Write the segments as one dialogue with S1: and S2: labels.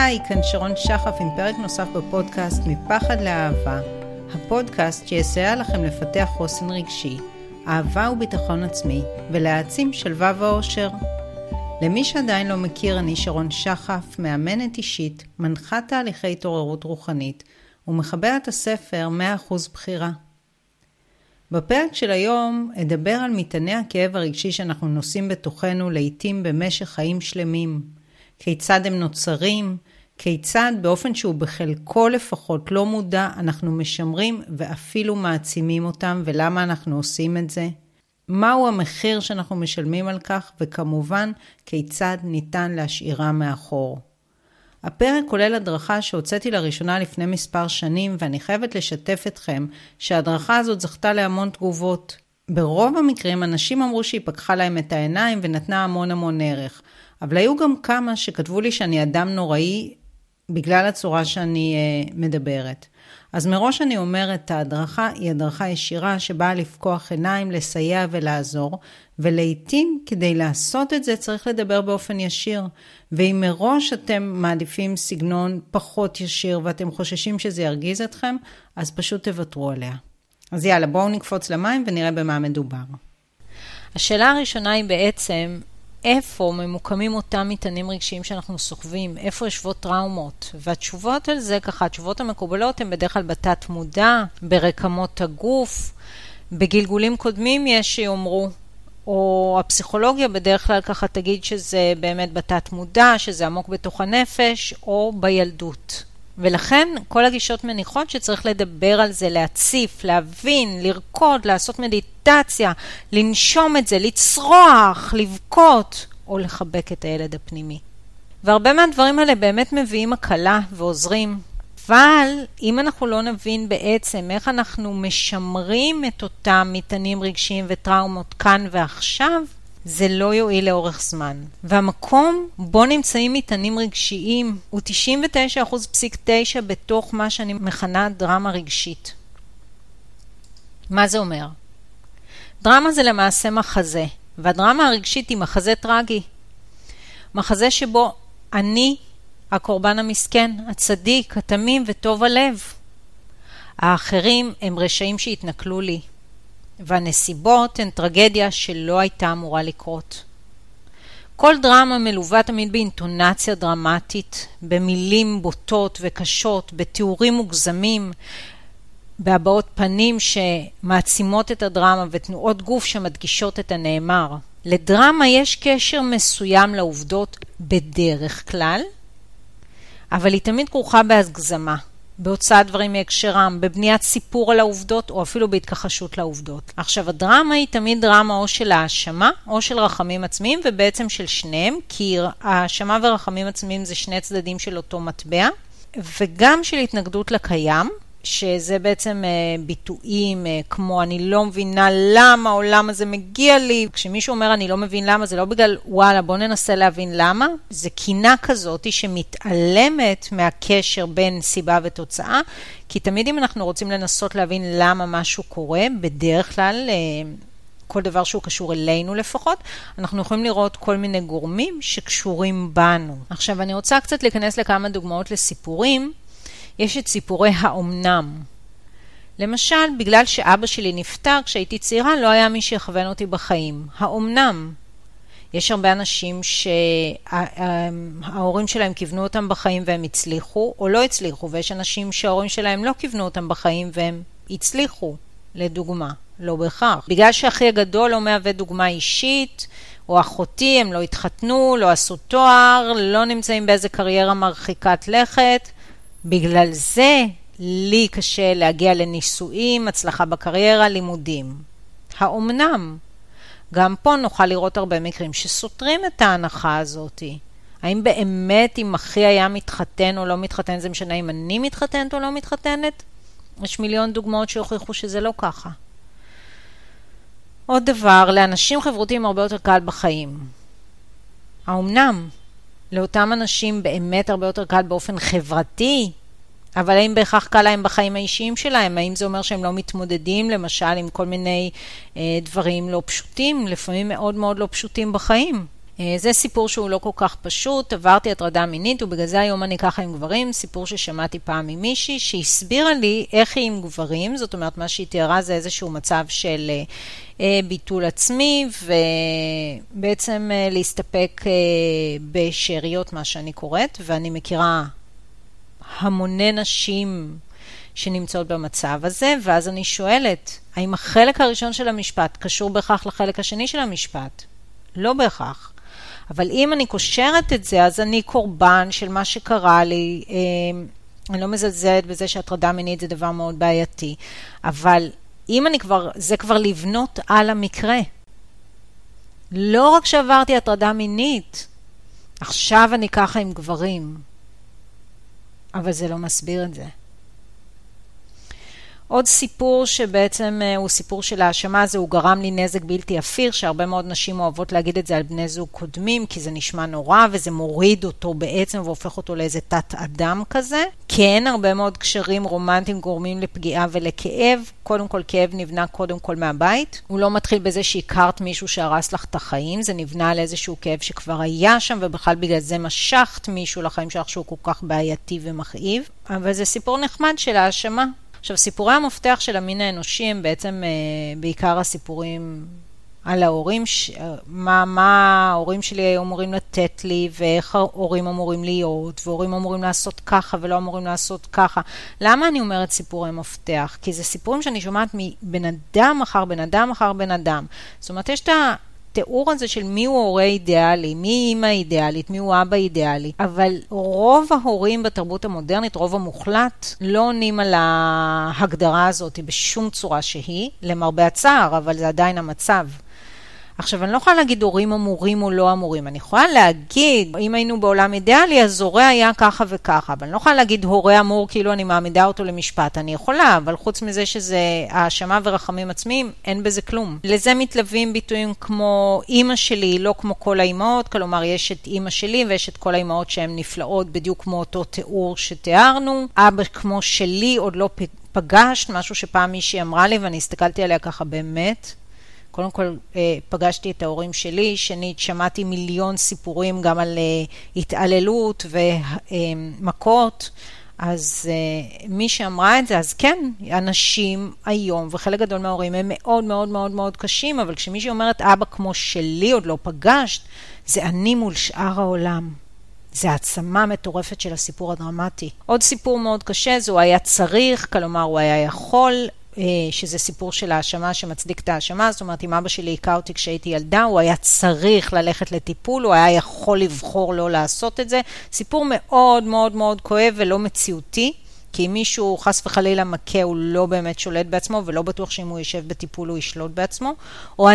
S1: היי, כאן שרון שחף עם פרק נוסף בפודקאסט מפחד לאהבה, הפודקאסט שיסייע לכם לפתח חוסן רגשי, אהבה וביטחון עצמי, ולהעצים שלווה ואושר. למי שעדיין לא מכיר, אני שרון שחף, מאמנת אישית, מנחת תהליכי התעוררות רוחנית, ומחברת הספר 100% בחירה. בפרק של היום אדבר על מטעני הכאב הרגשי שאנחנו נושאים בתוכנו לעתים במשך חיים שלמים. כיצד הם נוצרים, כיצד באופן שהוא בחלקו לפחות לא מודע, אנחנו משמרים ואפילו מעצימים אותם, ולמה אנחנו עושים את זה. מהו המחיר שאנחנו משלמים על כך, וכמובן כיצד ניתן להשאירם מאחור. הפרק כולל הדרכה שהוצאתי לראשונה לפני מספר שנים, ואני חייבת לשתף אתכם שההדרכה הזאת זכתה להמון תגובות. ברוב המקרים אנשים אמרו שהיא פקחה להם את העיניים ונתנה המון ערך. אבל היו גם כמה שכתבו לי שאני אדם נוראי בגלל הצורה שאני מדברת. אז מראש אני אומרת, ההדרכה היא הדרכה ישירה שבאה לפקוח עיניים, לסייע ולעזור, ולעיתים כדי לעשות את זה צריך לדבר באופן ישיר. ואם מראש אתם מעדיפים סגנון פחות ישיר ואתם חוששים שזה ירגיז אתכם, אז פשוט תוותרו עליה. אז יאללה, בואו נקפוץ למים ונראה במה מדובר. השאלה הראשונה היא בעצם, איפה ממוקמים אותם מטענים רגשיים שאנחנו סוחבים? איפה יושבות טראומות? והתשובות על זה, ככה, התשובות המקובלות הן בדרך כלל בתת מודע, ברקמות הגוף, בגלגולים קודמים יש שיאמרו, או הפסיכולוגיה בדרך כלל ככה תגיד שזה באמת בתת מודע, שזה עמוק בתוך הנפש, או בילדות. ולכן כל הגישות מניחות שצריך לדבר על זה, להציף, להבין, לרקוד, לעשות מדיטציה, לנשום את זה, לצרוח, לבכות, או לחבק את הילד הפנימי. והרבה מהדברים האלה באמת מביאים הקלה ועוזרים. אבל אם אנחנו לא נבין בעצם איך אנחנו משמרים את אותם מטענים רגשיים וטראומות כאן ועכשיו, זה לא יועיל לאורך זמן. והמקום בו נמצאים מטענים רגשיים הוא 99.9% בתוך מה שאני מכנה דרמה רגשית. מה זה אומר? דרמה זה למעשה מחזה, והדרמה הרגשית היא מחזה טרגי. מחזה שבו אני, הקורבן המסכן, הצדיק, התמים וטוב הלב. האחרים הם רשעים שהתנכלו לי. והנסיבות הן טרגדיה שלא הייתה אמורה לקרות. כל דרמה מלווה תמיד באינטונציה דרמטית, במילים בוטות וקשות, בתיאורים מוגזמים, בהבעות פנים שמעצימות את הדרמה ותנועות גוף שמדגישות את הנאמר. לדרמה יש קשר מסוים לעובדות בדרך כלל, אבל היא תמיד כרוכה בהגזמה. בהוצאת דברים מהקשרם, בבניית סיפור על העובדות, או אפילו בהתכחשות לעובדות. עכשיו, הדרמה היא תמיד דרמה או של האשמה, או של רחמים עצמיים, ובעצם של שניהם, כי האשמה ורחמים עצמיים זה שני צדדים של אותו מטבע, וגם של התנגדות לקיים, שזה בעצם ביטויים כמו אני לא מבינה למה או למה זה מגיע לי. כשמישהו אומר אני לא מבין למה, זה לא בגלל וואלה בוא ננסה להבין למה. זה קינה כזאת שמתעלמת מהקשר בין סיבה ותוצאה, כי תמיד אם אנחנו רוצים לנסות להבין למה משהו קורה, בדרך כלל כל דבר שהוא קשור אלינו לפחות, אנחנו יכולים לראות כל מיני גורמים שקשורים בנו. עכשיו אני רוצה קצת להיכנס לכמה דוגמאות לסיפורים. יש את סיפורי האומנם. למשל, בגלל שאבא שלי נפטר כשהייתי צעירה, לא היה מי שיכוון אותי בחיים. האומנם. יש הרבה אנשים שההורים שלהם כיוונו אותם בחיים והם הצליחו, או לא הצליחו, ויש אנשים שההורים שלהם לא כיוונו אותם בחיים והם הצליחו, לדוגמה, לא בהכרח. בגלל שאחי הגדול לא מהווה דוגמה אישית, או אחותי, הם לא התחתנו, לא עשו תואר, לא נמצאים באיזה קריירה מרחיקת לכת, בגלל זה לי קשה להגיע לנישואים, הצלחה בקריירה, לימודים. האומנם? גם פה נוכל לראות הרבה מקרים שסותרים את ההנחה הזאת. האם באמת אם אחי היה מתחתן או לא מתחתן, זה משנה אם אני מתחתנת או לא מתחתנת? יש מיליון דוגמאות שהוכיחו שזה לא ככה. עוד דבר, לאנשים חברותיים הרבה יותר קל בחיים. האומנם? לאותם אנשים באמת הרבה יותר קל באופן חברתי, אבל האם בהכרח קל להם בחיים האישיים שלהם? האם זה אומר שהם לא מתמודדים למשל עם כל מיני דברים לא פשוטים, לפעמים מאוד מאוד לא פשוטים בחיים? זה סיפור שהוא לא כל כך פשוט, עברתי הטרדה מינית ובגלל זה היום אני ככה עם גברים, סיפור ששמעתי פעם ממישהי שהסבירה לי איך היא עם גברים, זאת אומרת מה שהיא תיארה זה איזשהו מצב של ביטול עצמי ובעצם להסתפק בשאריות מה שאני קוראת, ואני מכירה המוני נשים שנמצאות במצב הזה, ואז אני שואלת, האם החלק הראשון של המשפט קשור בהכרח לחלק השני של המשפט? לא בהכרח. אבל אם אני קושרת את זה, אז אני קורבן של מה שקרה לי. אני לא מזלזלת בזה שהטרדה מינית זה דבר מאוד בעייתי. אבל אם אני זה כבר לבנות על המקרה. לא רק שעברתי הטרדה מינית, עכשיו אני ככה עם גברים. אבל זה לא מסביר את זה. עוד סיפור שבעצם הוא סיפור של האשמה, הזה הוא גרם לי נזק בלתי אפיר, שהרבה מאוד נשים אוהבות להגיד את זה על בני זוג קודמים, כי זה נשמע נורא וזה מוריד אותו בעצם והופך אותו לאיזה תת אדם כזה. כן, הרבה מאוד קשרים רומנטיים גורמים לפגיעה ולכאב. קודם כל כאב נבנה קודם כל מהבית. הוא לא מתחיל בזה שהכרת מישהו שהרס לך את החיים, זה נבנה על איזשהו כאב שכבר היה שם ובכלל בגלל זה משכת מישהו לחיים שלך שהוא כל כך בעייתי ומכאיב. אבל זה סיפור נחמד של האשמה. עכשיו, סיפורי המפתח של המין האנושי הם בעצם בעיקר הסיפורים על ההורים, מה ההורים שלי היו אמורים לתת לי, ואיך ההורים אמורים להיות, והורים אמורים לעשות ככה ולא אמורים לעשות ככה. למה אני אומרת סיפורי מפתח? כי זה סיפורים שאני שומעת מבן אדם אחר בן אדם אחר בן אדם. זאת אומרת, יש את התיאור הזה של מי הוא הורה אידיאלי, מי אימא אידיאלית, מי הוא אבא אידיאלי. אבל רוב ההורים בתרבות המודרנית, רוב המוחלט, לא עונים על ההגדרה הזאת בשום צורה שהיא, למרבה הצער, אבל זה עדיין המצב. עכשיו, אני לא יכולה להגיד הורים אמורים או לא אמורים. אני יכולה להגיד, אם היינו בעולם אידיאלי, אז הורה היה ככה וככה. אבל אני לא יכולה להגיד הורה אמור, כאילו אני מעמידה אותו למשפט. אני יכולה, אבל חוץ מזה שזה האשמה ורחמים עצמיים, אין בזה כלום. לזה מתלווים ביטויים כמו אמא שלי, לא כמו כל האימהות. כלומר, יש את אמא שלי ויש את כל האימהות שהן נפלאות, בדיוק כמו אותו תיאור שתיארנו. אבא כמו שלי עוד לא פגשת, משהו שפעם מישהי אמרה לי, ואני הסתכלתי עליה ככה באמת. קודם כל פגשתי את ההורים שלי, שנית שמעתי מיליון סיפורים גם על התעללות ומכות, אז מי שאמרה את זה, אז כן, אנשים היום, וחלק גדול מההורים הם מאוד מאוד מאוד מאוד קשים, אבל כשמישהי אומרת אבא כמו שלי עוד לא פגשת, זה אני מול שאר העולם. זה העצמה מטורפת של הסיפור הדרמטי. עוד סיפור מאוד קשה, זה הוא היה צריך, כלומר הוא היה יכול, שזה סיפור של האשמה שמצדיק את האשמה, זאת אומרת, אם אבא שלי הכר אותי כשהייתי ילדה, הוא היה צריך ללכת לטיפול, הוא היה יכול לבחור לא לעשות את זה. סיפור מאוד מאוד מאוד כואב ולא מציאותי, כי אם מישהו חס וחלילה מכה, הוא לא באמת שולט בעצמו, ולא בטוח שאם הוא יושב בטיפול הוא ישלוט בעצמו. או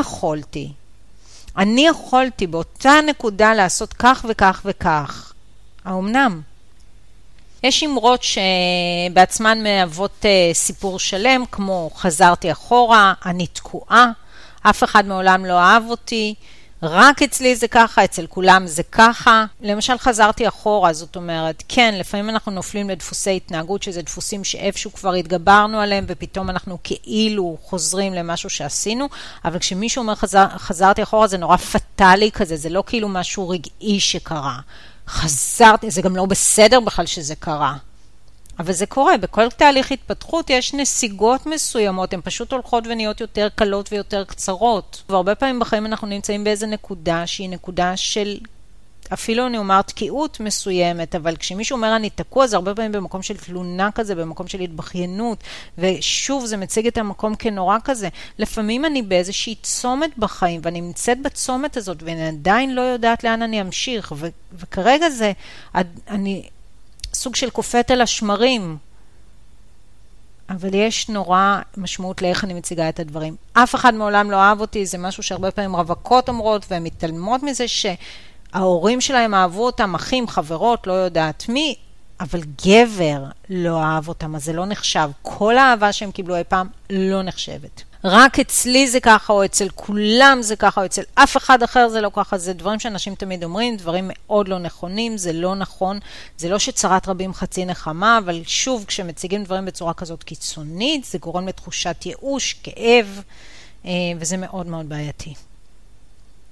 S1: אני יכולתי באותה נקודה לעשות כך וכך וכך. האומנם? יש אמרות שבעצמן מהוות סיפור שלם, כמו חזרתי אחורה, אני תקועה, אף אחד מעולם לא אהב אותי, רק אצלי זה ככה, אצל כולם זה ככה. למשל חזרתי אחורה, זאת אומרת, כן, לפעמים אנחנו נופלים לדפוסי התנהגות, שזה דפוסים שאיפשהו כבר התגברנו עליהם, ופתאום אנחנו כאילו חוזרים למשהו שעשינו, אבל כשמישהו אומר חזרתי אחורה, זה נורא פטלי כזה, זה לא כאילו משהו רגעי שקרה. חזרתי, זה גם לא בסדר בכלל שזה קרה. אבל זה קורה, בכל תהליך התפתחות יש נסיגות מסוימות, הן פשוט הולכות ונהיות יותר קלות ויותר קצרות. והרבה פעמים בחיים אנחנו נמצאים באיזה נקודה שהיא נקודה של, אפילו אני אומר תקיעות מסוימת, אבל כשמישהו אומר אני תקוע, זה הרבה פעמים במקום של תלונה כזה, במקום של התבכיינות, ושוב זה מציג את המקום כנורא כזה. לפעמים אני באיזושהי צומת בחיים, ואני נמצאת בצומת הזאת, ואני עדיין לא יודעת לאן אני אמשיך, וכרגע זה, אני סוג של קופאת על השמרים, אבל יש נורא משמעות לאיך אני מציגה את הדברים. אף אחד מעולם לא אהב אותי, זה משהו שהרבה פעמים רווקות אומרות, והן מתעלמות מזה שההורים שלהם אהבו אותם, אחים, חברות, לא יודעת מי, אבל גבר לא אהב אותם, אז זה לא נחשב. כל האהבה שהם קיבלו אי פעם לא נחשבת. רק אצלי זה ככה, או אצל כולם זה ככה, או אצל אף אחד אחר זה לא ככה. זה דברים שאנשים תמיד אומרים, דברים מאוד לא נכונים, זה לא נכון. זה לא שצרת רבים חצי נחמה, אבל שוב, כשמציגים דברים בצורה כזאת קיצונית, זה גורם לתחושת ייאוש, כאב, וזה מאוד מאוד בעייתי.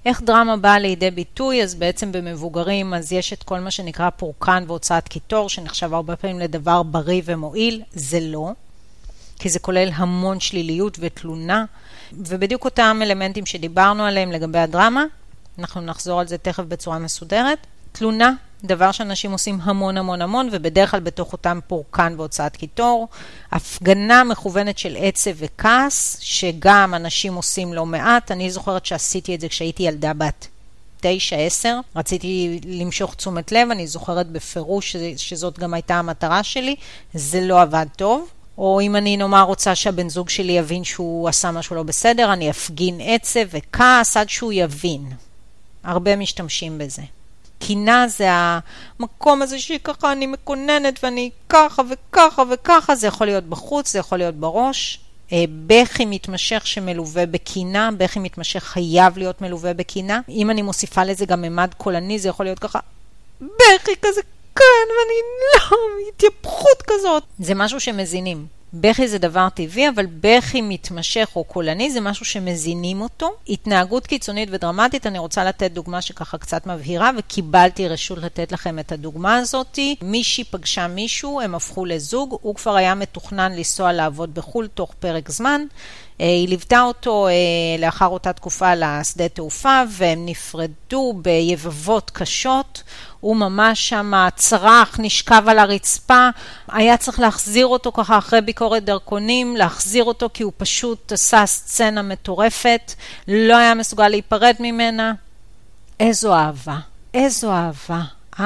S1: איך דרמה באה לידי ביטוי? אז בעצם במבוגרים, אז יש את כל מה שנקרא פורקן והוצאת קיטור, שנחשב הרבה פעמים לדבר בריא ומועיל. זה לא, כי זה כולל המון שליליות ותלונה, ובדיוק אותם אלמנטים שדיברנו עליהם לגבי הדרמה, אנחנו נחזור על זה תכף בצורה מסודרת. תלונה, דבר שאנשים עושים המון המון המון, ובדרך כלל בתוך אותם פורקן והוצאת קיטור. הפגנה מכוונת של עצב וכעס, שגם אנשים עושים לא מעט. אני זוכרת שעשיתי את זה כשהייתי ילדה בת 9-10. רציתי למשוך תשומת לב, אני זוכרת בפירוש שזאת גם הייתה המטרה שלי. זה לא עבד טוב. או אם אני נאמר רוצה שהבן זוג שלי יבין שהוא עשה משהו לא בסדר, אני אפגין עצב וכעס עד שהוא יבין. הרבה משתמשים בזה. קינה זה המקום הזה שככה אני מקוננת ואני ככה וככה וככה, זה יכול להיות בחוץ, זה יכול להיות בראש. בכי מתמשך שמלווה בקינה, בכי מתמשך חייב להיות מלווה בקינה. אם אני מוסיפה לזה גם ממד קולני, זה יכול להיות ככה, בכי כזה כאן ואני לא, התייפחות כזאת. זה משהו שמזינים. בכי זה דבר טבעי, אבל בכי מתמשך או קולני זה משהו שמזינים אותו. התנהגות קיצונית ודרמטית, אני רוצה לתת דוגמה שככה קצת מבהירה, וקיבלתי רשות לתת לכם את הדוגמה הזאת. מישהי פגשה מישהו, הם הפכו לזוג, הוא כבר היה מתוכנן לנסוע לעבוד בחול תוך פרק זמן, היא ליוותה אותו לאחר אותה תקופה לשדה תעופה, והם נפרדו ביבבות קשות. הוא ממש שם צרח, נשכב על הרצפה, היה צריך להחזיר אותו ככה אחרי ביקורת דרכונים, להחזיר אותו כי הוא פשוט עשה סצנה מטורפת, לא היה מסוגל להיפרד ממנה. איזו אהבה, איזו אהבה,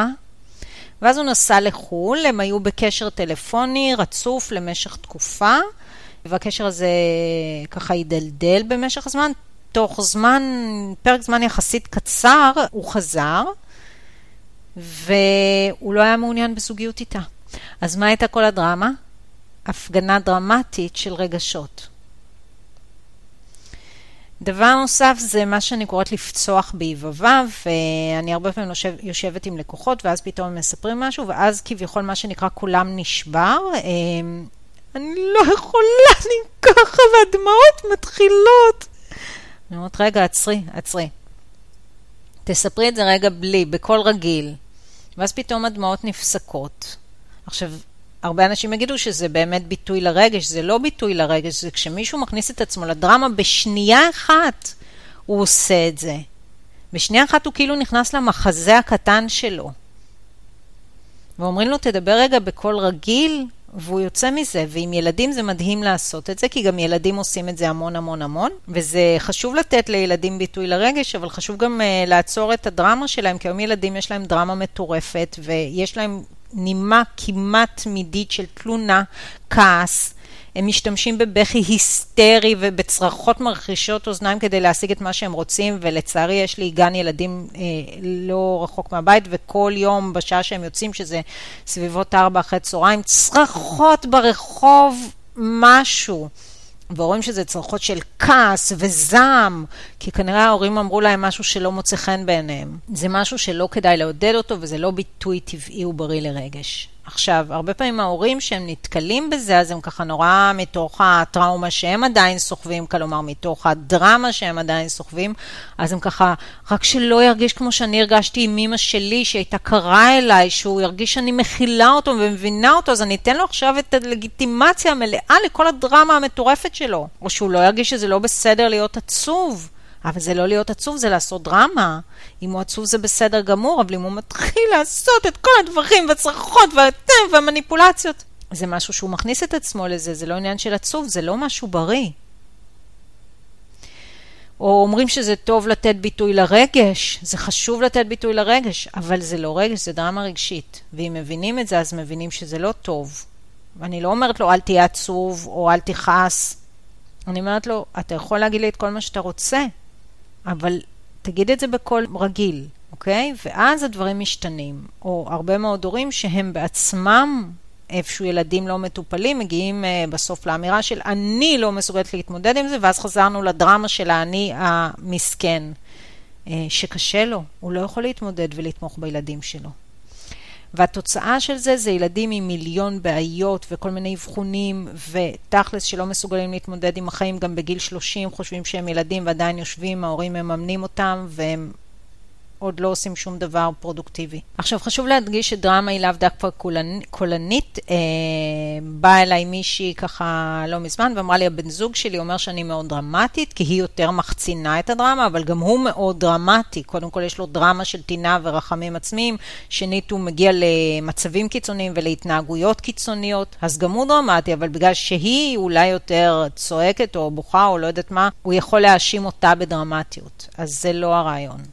S1: ואז הוא נסע לחול, הם היו בקשר טלפוני רצוף למשך תקופה, והקשר הזה ככה ידלדל במשך הזמן, תוך זמן, פרק זמן יחסית קצר, הוא חזר, והוא לא היה מעוניין בזוגיות איתה. אז מה הייתה כל הדרמה? הפגנה דרמטית של רגשות. דבר נוסף זה מה שאני קוראת לפצוח ביבבה, ואני הרבה פעמים יושבת עם לקוחות, ואז פתאום הם מספרים משהו, ואז כביכול מה שנקרא כולם נשבר. אני לא יכולה, אני ככה, והדמעות מתחילות. אני אומרת, רגע, עצרי. תספרי את זה רגע בלי, בכל רגיל. ואז פתאום הדמעות נפסקות. עכשיו, הרבה אנשים יגידו שזה באמת ביטוי לרגש, זה לא ביטוי לרגש, זה כשמישהו מכניס את עצמו לדרמה, בשנייה אחת הוא עושה את זה. בשנייה אחת הוא כאילו נכנס למחזה הקטן שלו. ואומרים לו, תדבר רגע בכל רגיל, והוא יוצא מזה, ועם ילדים זה מדהים לעשות את זה, כי גם ילדים עושים את זה המון המון המון, וזה חשוב לתת לילדים ביטוי לרגש, אבל חשוב גם לעצור את הדרמה שלהם, כי היום ילדים יש להם דרמה מטורפת, ויש להם נימה כמעט תמידית של תלונה, כעס, הם משתמשים בבכי היסטרי ובצרחות מרחישות אוזניים כדי להשיג את מה שהם רוצים, ולצערי יש לי גן ילדים לא רחוק מהבית, וכל יום בשעה שהם יוצאים, שזה סביבות 4 אחרי צהריים, צרחות ברחוב משהו. ורואים שזה צרחות של כעס וזעם, כי כנראה ההורים אמרו להם משהו שלא מוצא חן בעיניהם. זה משהו שלא כדאי לעודד אותו, וזה לא ביטוי טבעי ובריא לרגש. עכשיו, הרבה פעמים ההורים שהם נתקלים בזה, אז הם ככה נורא מתוך הטראומה שהם עדיין סוחבים, כלומר מתוך הדרמה שהם עדיין סוחבים, אז הם ככה, רק שלא ירגיש כמו שאני הרגשתי עם אמא שלי, שהייתה קרה אליי, שהוא ירגיש שאני מכילה אותו ומבינה אותו, אז אני אתן לו עכשיו את הלגיטימציה המלאה לכל הדרמה המטורפת שלו. או שהוא לא ירגיש שזה לא בסדר להיות עצוב. אבל זה לא להיות עצוב, זה לעשות דרמה. אם הוא עצוב זה בסדר גמור, אבל אם הוא מתחיל לעשות את כל הדברים והצרחות והמניפולציות, זה משהו שהוא מכניס את עצמו לזה, זה לא עניין של עצוב, זה לא משהו בריא. או אומרים שזה טוב לתת ביטוי לרגש, זה חשוב לתת ביטוי לרגש, אבל זה לא רגש, זה דרמה רגשית. ואם מבינים את זה, אז מבינים שזה לא טוב. ואני לא אומרת לו, אל תהיה עצוב או אל תכעס. אני אומרת לו, אתה יכול להגיד לי את כל מה שאתה רוצה, אבל תגיד את זה בכל רגיל, אוקיי? ואז הדברים משתנים. או הרבה מאוד הורים שהם בעצמם, איפשהו ילדים לא מטופלים, מגיעים בסוף לאמירה של אני לא מסוגלת להתמודד עם זה, ואז חזרנו לדרמה של האני המסכן, שקשה לו. הוא לא יכול להתמודד ולתמוך בילדים שלו. והתוצאה של זה ילדים עם מיליון בעיות וכל מיני אבחונים, ותכלס שלא מסוגלים להתמודד עם החיים גם בגיל 30, חושבים שהם ילדים ועדיין יושבים, ההורים מממנים אותם, והם עוד לא עושים שום דבר פרודוקטיבי. עכשיו חשוב להדגיש שדרמה היא לאו דווקא קולנית. באה אליי מישהי ככה לא מזמן ואמרה לי, הבן זוג שלי אומר שאני מאוד דרמטית, כי היא יותר מחצינה את הדרמה, אבל גם הוא מאוד דרמטי. קודם כל יש לו דרמה של טינה ורחמים עצמיים, שנית הוא מגיע למצבים קיצוניים ולהתנהגויות קיצוניות, אז גם הוא דרמטי, אבל בגלל שהיא אולי יותר צועקת או בוכה או לא יודעת מה, הוא יכול להאשים אותה בדרמטיות. אז זה לא הרעיון.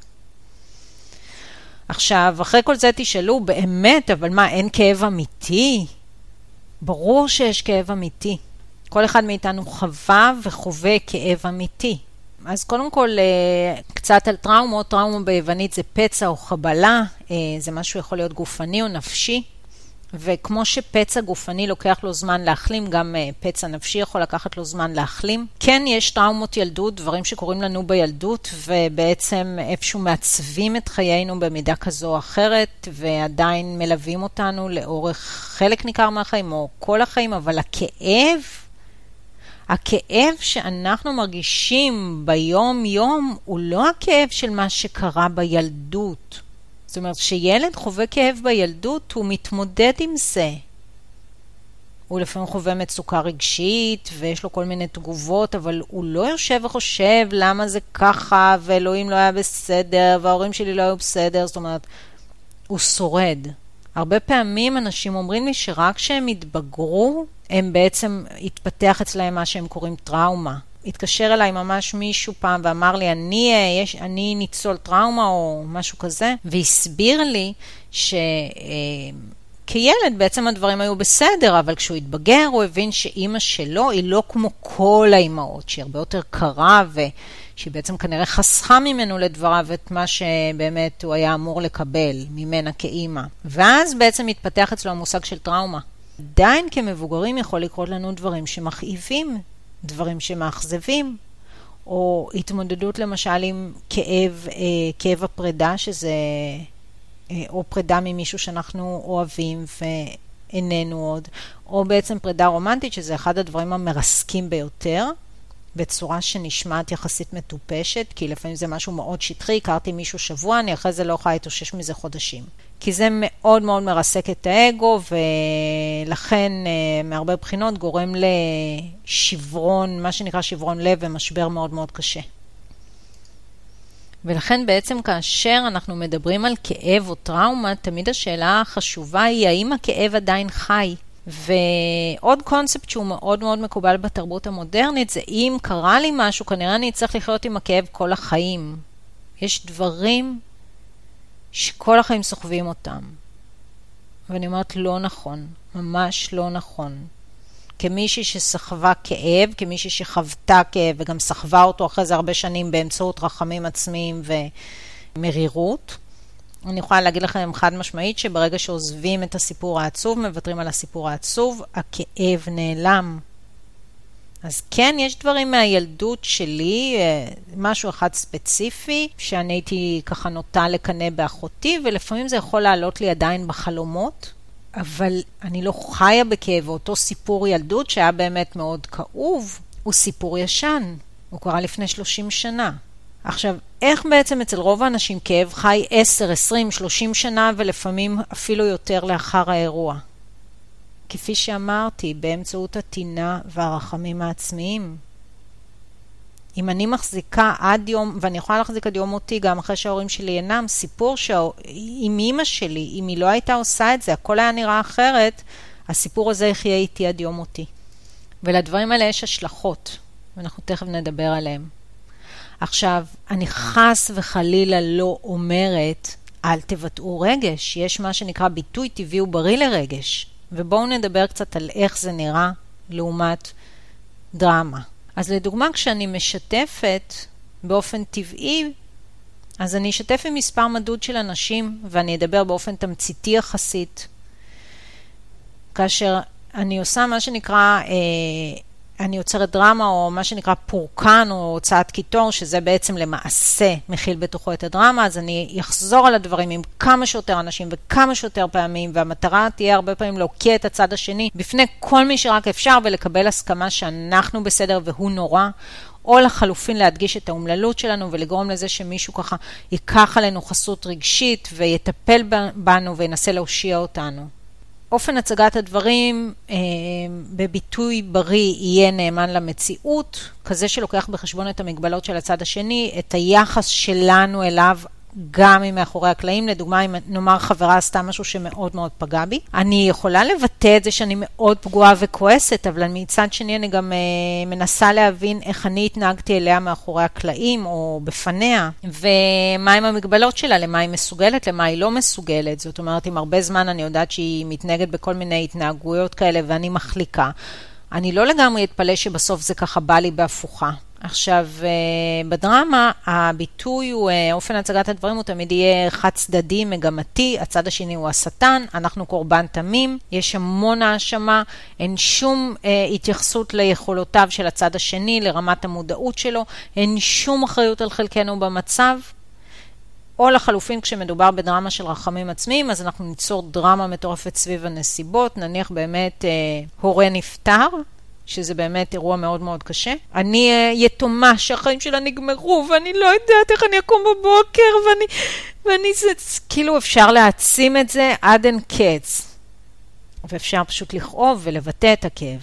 S1: עכשיו, אחרי כל זה תשאלו, באמת, אבל מה, אין כאב אמיתי? ברור שיש כאב אמיתי. כל אחד מאיתנו חווה וחווה כאב אמיתי. אז קודם כל, קצת על טראומות. טראומה ביוונית זה פצע או חבלה, זה משהו יכול להיות גופני או נפשי. וכמו שפצע גופני לוקח לו זמן להחלים, גם פצע נפשי יכול לקחת לו זמן להחלים. כן, יש טראומות ילדות, דברים שקורים לנו בילדות, ובעצם איפשהו מעצבים את חיינו במידה כזו או אחרת, ועדיין מלווים אותנו לאורך חלק ניכר מהחיים, או כל החיים, אבל הכאב שאנחנו מרגישים ביום יום, הוא לא הכאב של מה שקרה בילדות. זאת אומרת, שילד חווה כאב בילדות, הוא מתמודד עם זה. הוא לפעמים חווה מצוקה רגשית, ויש לו כל מיני תגובות, אבל הוא לא יושב וחושב למה זה ככה, ואלוהים לא היה בסדר, וההורים שלי לא היו בסדר. זאת אומרת, הוא שורד. הרבה פעמים אנשים אומרים לי שרק כשהם התבגרו, הם בעצם התפתח אצלהם מה שהם קוראים טראומה. התקשר אליי ממש מישהו פעם ואמר לי, אני ניצול טראומה או משהו כזה, והסביר לי שכילד בעצם הדברים היו בסדר, אבל כשהוא התבגר הוא הבין שאימא שלו היא לא כמו כל האימהות, שהיא הרבה יותר קרה ושהיא בעצם כנראה חסכה ממנו לדבריו את מה שבאמת הוא היה אמור לקבל ממנה כאימא. ואז בעצם התפתח אצלו המושג של טראומה. עדיין כמבוגרים יכול לקרות לנו דברים שמכאיבים, דברים שמאכזבים, או התמודדות למשל עם כאב הפרידה, שזה או פרידה ממישהו שאנחנו אוהבים ואיננו עוד, או בעצם פרידה רומנטית, שזה אחד הדברים המרסקים ביותר, בצורה שנשמעת יחסית מטופשת, כי לפעמים זה משהו מאוד שטחי, הכרתי מישהו שבוע, אני אחרי זה לא יכולה להתאושש מזה חודשים. כי זה מאוד מאוד מרסק את האגו, ולכן מהרבה בחינות גורם לשברון, מה שנקרא שברון לב, ומשבר מאוד מאוד קשה. ולכן בעצם כאשר אנחנו מדברים על כאב או טראומה, תמיד השאלה החשובה היא, האם הכאב עדיין חי? ועוד קונספט שהוא מאוד מאוד מקובל בתרבות המודרנית, זה אם קרה לי משהו, כנראה אני צריך לחיות עם הכאב כל החיים. יש דברים שכל החיים סוחבים אותם. ואני אומרת, לא נכון, ממש לא נכון. כמישהי שסחבה כאב, כמישהי שחוותה כאב, וגם סחבה אותו אחרי זה הרבה שנים באמצעות רחמים עצמיים ומרירות, אני יכולה להגיד לכם חד משמעית שברגע שעוזבים את הסיפור העצוב, מוותרים על הסיפור העצוב, הכאב נעלם. אז כן, יש דברים מהילדות שלי, משהו אחד ספציפי, שאני הייתי ככה נוטה לקנא באחותי, ולפעמים זה יכול לעלות לי עדיין בחלומות, אבל אני לא חיה בכאב. אותו סיפור ילדות שהיה באמת מאוד כאוב, הוא סיפור ישן. הוא קרה לפני 30 שנה. עכשיו, איך בעצם אצל רוב האנשים כאב חי 10, 20, 30 שנה, ולפעמים אפילו יותר לאחר האירוע? כפי שאמרתי, באמצעות הטינה והרחמים העצמיים. אם אני מחזיקה עד יום, ואני יכולה להחזיק עד יום מותי, גם אחרי שההורים שלי אינם, סיפור עם אמא שלי, אם היא לא הייתה עושה את זה, הכל היה נראה אחרת, הסיפור הזה יחיה איתי עד יום מותי. ולדברים האלה יש השלכות, ואנחנו תכף נדבר עליהם. עכשיו, אני חס וחלילה לא אומרת, אל תבטאו רגש. יש מה שנקרא ביטוי טבעי ובריא לרגש. ובואו נדבר קצת על איך זה נראה לעומת דרמה. אז לדוגמה, כשאני משתפת באופן טבעי, אז אני אשתף עם מספר מדוד של אנשים, ואני אדבר באופן תמציתי יחסית. כאשר אני עושה מה שנקרא, אני יוצרת דרמה או מה שנקרא פורקן או הוצאת קיטור, שזה בעצם למעשה מכיל בתוכו את הדרמה, אז אני אחזור על הדברים עם כמה שיותר אנשים וכמה שיותר פעמים, והמטרה תהיה הרבה פעמים להוקיע את הצד השני בפני כל מי שרק אפשר ולקבל הסכמה שאנחנו בסדר והוא נורא, או לחלופין להדגיש את האומללות שלנו ולגרום לזה שמישהו ככה ייקח עלינו חסות רגשית ויטפל בנו וינסה להושיע אותנו. אופן הצגת הדברים בביטוי בריא יהיה נאמן למציאות, כזה שלוקח בחשבון את המגבלות של הצד השני, את היחס שלנו אליו גם אם מאחורי הקלעים. לדוגמה, אם נאמר חברה עשתה משהו שמאוד מאוד פגע בי, אני יכולה לבטא את זה שאני מאוד פגועה וכועסת, אבל מצד שני אני גם מנסה להבין איך אני התנהגתי אליה מאחורי הקלעים או בפניה, ומה עם המגבלות שלה, למה היא מסוגלת, למה היא לא מסוגלת. זאת אומרת, אם הרבה זמן אני יודעת שהיא מתנהגת בכל מיני התנהגויות כאלה ואני מחליקה, אני לא לגמרי אתפלא שבסוף זה ככה בא לי בהפוכה. עכשיו, בדרמה, הביטוי הוא, אופן הצגת הדברים הוא תמיד יהיה חד צדדי, מגמתי, הצד השני הוא השטן, אנחנו קורבן תמים, יש המון האשמה, אין שום התייחסות ליכולותיו של הצד השני, לרמת המודעות שלו, אין שום אחריות על חלקנו במצב, או לחלופין כשמדובר בדרמה של רחמים עצמיים, אז אנחנו ניצור דרמה מטורפת סביב הנסיבות, נניח באמת הורה נפטר, שזה באמת אירוע מאוד מאוד קשה. אני יתומה שהחיים שלה נגמרו, ואני לא יודעת איך אני אקום בבוקר, ואני זה, כאילו אפשר להעצים את זה עד אין קץ. ואפשר פשוט לכאוב ולבטא את הכאב.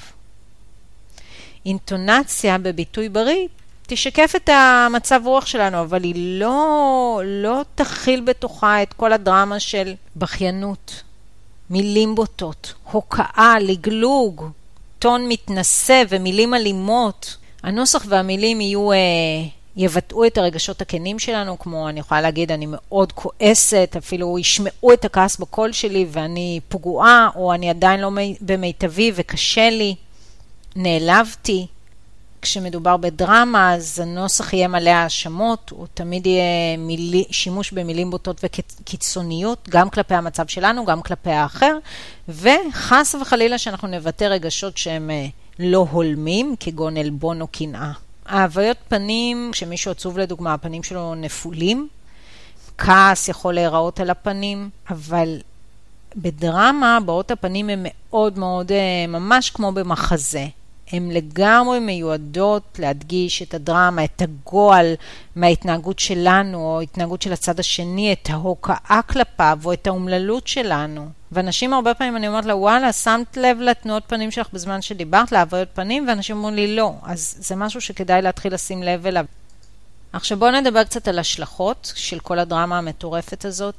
S1: אינטונציה בביטוי בריא, תשקף את המצב רוח שלנו, אבל היא לא תכיל בתוכה את כל הדרמה של בכיינות, מילים בוטות, הוקעה, לגלוג, טון מתנשא ומילים אלימות. הנוסח והמילים יבטאו את הרגשות הכנים שלנו, כמו אני יכולה להגיד, אני מאוד כועסת, אפילו ישמעו את הכעס בקול שלי ואני פגועה, או אני עדיין לא במיטבי וקשה לי, נעלבתי. כשמדובר בדרמה, אז הנוסח יהיה מלא האשמות, הוא תמיד יהיה שימוש במילים בוטות וקיצוניות, גם כלפי המצב שלנו, גם כלפי האחר, וחס וחלילה שאנחנו נבטא רגשות שהם לא הולמים, כגון אלבון או קנאה. ההוויות פנים, כשמישהו עצוב לדוגמה, הפנים שלו נפולים, כעס יכול להיראות על הפנים, אבל בדרמה, באות הפנים הם מאוד מאוד, ממש כמו במחזה. הן לגמרי מיועדות להדגיש את הדרמה, את הגועל מההתנהגות שלנו, או התנהגות של הצד השני, את ההוקעה כלפיו, או את האומללות שלנו. ואנשים הרבה פעמים אני אומרת לה, וואלה, שמת לב לתנועות פנים שלך בזמן שדיברת, להוויות פנים, ואנשים אומרים לי, לא. אז זה משהו שכדאי להתחיל לשים לב אליו. עכשיו בואו נדבר קצת על השלכות של כל הדרמה המטורפת הזאת,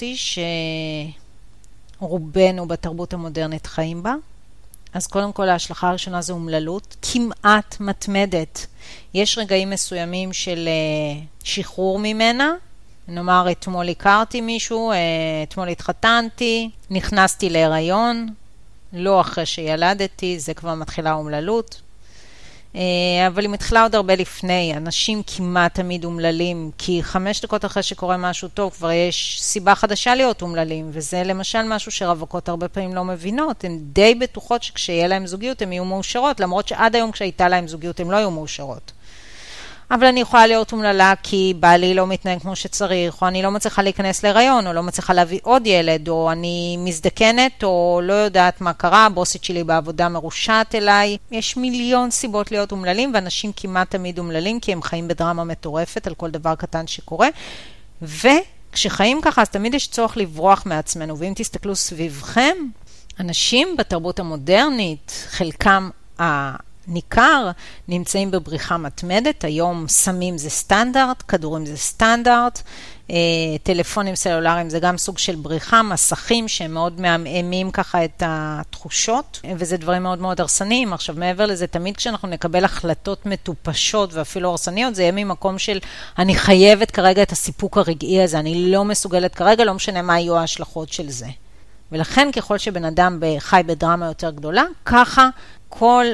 S1: שרובנו בתרבות המודרנית חיים בה. אז קודם כל ההשלכה הראשונה זה אומללות, כמעט מתמדת. יש רגעים מסוימים של שחרור ממנה, נאמר אתמול הכרתי מישהו, אתמול התחתנתי, נכנסתי להיריון, לא אחרי שילדתי, זה כבר מתחילה אומללות. אבל היא מתחילה עוד הרבה לפני, אנשים כמעט תמיד אומללים, כי 5 דקות אחרי שקורה משהו טוב, כבר יש סיבה חדשה להיות אומללים, וזה למשל משהו שרווקות הרבה פעמים לא מבינות, הן די בטוחות שכשיהיה להם זוגיות הן יהיו מאושרות, למרות שעד היום כשהייתה להם זוגיות הן לא יהיו מאושרות. אבל אני יכולה להיות אומללה כי בעלי לא מתנהג כמו שצריך, או אני לא מצליחה להיכנס להיריון, או לא מצליחה להביא עוד ילד, או אני מזדקנת, או לא יודעת מה קרה, הבוסית שלי בעבודה מרושעת אליי. יש מיליון סיבות להיות אומללים, ואנשים כמעט תמיד אומללים, כי הם חיים בדרמה מטורפת על כל דבר קטן שקורה. וכשחיים ככה, אז תמיד יש צורך לברוח מעצמנו, ואם תסתכלו סביבכם, אנשים בתרבות המודרנית, חלקם ניכר, נמצאים בבריחה מתמדת, היום סמים זה סטנדרט, כדורים זה סטנדרט, טלפונים סלולריים זה גם סוג של בריחה, מסכים שהם מאוד מעמעמים ככה את התחושות, וזה דברים מאוד מאוד הרסניים. עכשיו מעבר לזה, תמיד כשאנחנו נקבל החלטות מטופשות ואפילו הרסניות, זה יהיה ממקום של אני חייבת כרגע את הסיפוק הרגעי הזה, אני לא מסוגלת כרגע, לא משנה מה יהיו ההשלכות של זה. ולכן ככל שבן אדם חי בדרמה יותר גדולה, ככה כל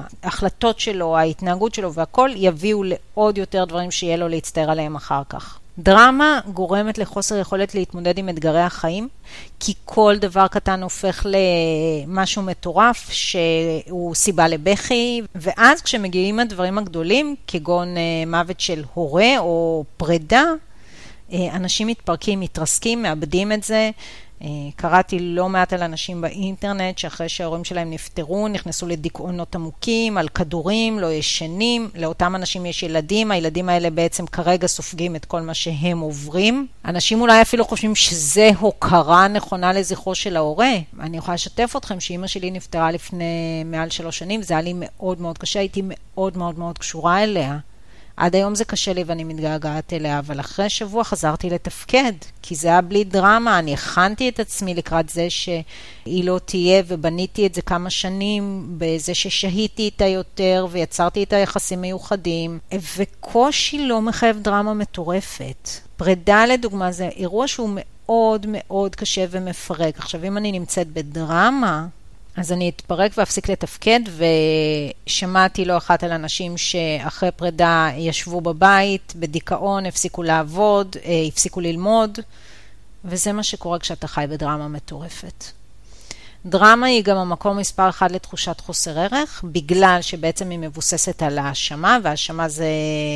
S1: ההחלטות שלו, ההתנהגות שלו והכל יביאו לעוד יותר דברים שיהיה לו להצטער עליהם אחר כך. דרמה גורמת לחוסר יכולת להתמודד עם אתגרי החיים, כי כל דבר קטן הופך למשהו מטורף שהוא סיבה לבכי, ואז כשמגיעים הדברים הגדולים, כגון מוות של הורה או פרידה, אנשים מתפרקים, מתרסקים, מאבדים את זה. קראתי לא מעט על אנשים באינטרנט שאחרי שההורים שלהם נפטרו, נכנסו לדיכאונות עמוקים, על כדורים, לא ישנים. לאותם אנשים יש ילדים, הילדים האלה בעצם כרגע סופגים את כל מה שהם עוברים. אנשים אולי אפילו חושבים שזה הוקרה נכונה לזכרו של ההורה. אני יכולה לשתף אתכם שאמא שלי נפטרה לפני מעל 3 שנים, זה היה לי מאוד מאוד קשה, הייתי מאוד מאוד מאוד קשורה אליה. עד היום זה קשה לי ואני מתגעגעת אליה, אבל אחרי שבוע חזרתי לתפקד, כי זה היה בלי דרמה, אני הכנתי את עצמי לקראת זה שהיא לא תהיה, ובניתי את זה כמה שנים, בזה ששהיתי איתה יותר, ויצרתי איתה יחסים מיוחדים, וקושי לא מחייב דרמה מטורפת. פרידה לדוגמה זה אירוע שהוא מאוד מאוד קשה ומפרק. עכשיו אם אני נמצאת בדרמה, אז אני אתפרק ואפסיק לתפקד, ושמעתי לא אחת על אנשים שאחרי פרידה ישבו בבית, בדיכאון, הפסיקו לעבוד, הפסיקו ללמוד, וזה מה שקורה כשאתה חי בדרמה מטורפת. דרמה היא גם המקום מספר 1 לתחושת חוסר ערך, בגלל שבעצם היא מבוססת על האשמה, והאשמה זה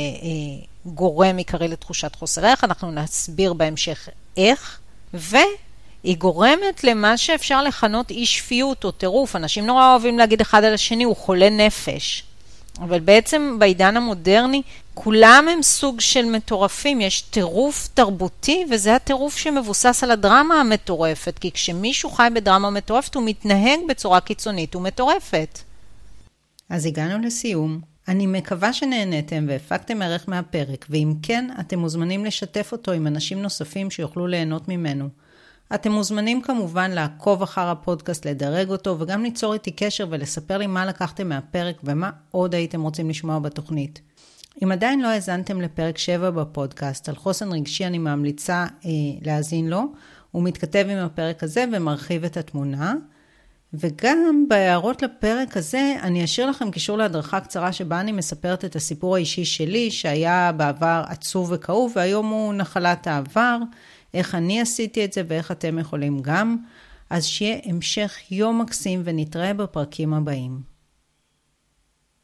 S1: גורם עיקרי לתחושת חוסר ערך, אנחנו נסביר בהמשך איך, היא גורמת למה שאפשר לכנות אי שפיות או טירוף. אנשים נורא אוהבים להגיד אחד על השני, הוא חולה נפש. אבל בעצם בעידן המודרני, כולם הם סוג של מטורפים. יש טירוף תרבותי, וזה הטירוף שמבוסס על הדרמה המטורפת. כי כשמישהו חי בדרמה מטורפת, הוא מתנהג בצורה קיצונית ומטורפת. אז הגענו לסיום. אני מקווה שנהנתם והפקתם ערך מהפרק, ואם כן, אתם מוזמנים לשתף אותו עם אנשים נוספים שיוכלו ליהנות ממנו. אתם מוזמנים כמובן לעקוב אחר הפודקאסט, לדרג אותו, וגם ליצור איתי קשר ולספר לי מה לקחתם מהפרק ומה עוד הייתם רוצים לשמוע בתוכנית. אם עדיין לא האזנתם לפרק 7 בפודקאסט, על חוסן רגשי אני ממליצה להאזין לו. הוא מתכתב עם הפרק הזה ומרחיב את התמונה. וגם בהערות לפרק הזה אני אשאיר לכם קישור להדרכה קצרה שבה אני מספרת את הסיפור האישי שלי, שהיה בעבר עצוב וכאוב, והיום הוא נחלת העבר. איך אני עשיתי את זה ואיך אתם יכולים גם. אז שיהיה המשך יום מקסים ונתראה בפרקים הבאים.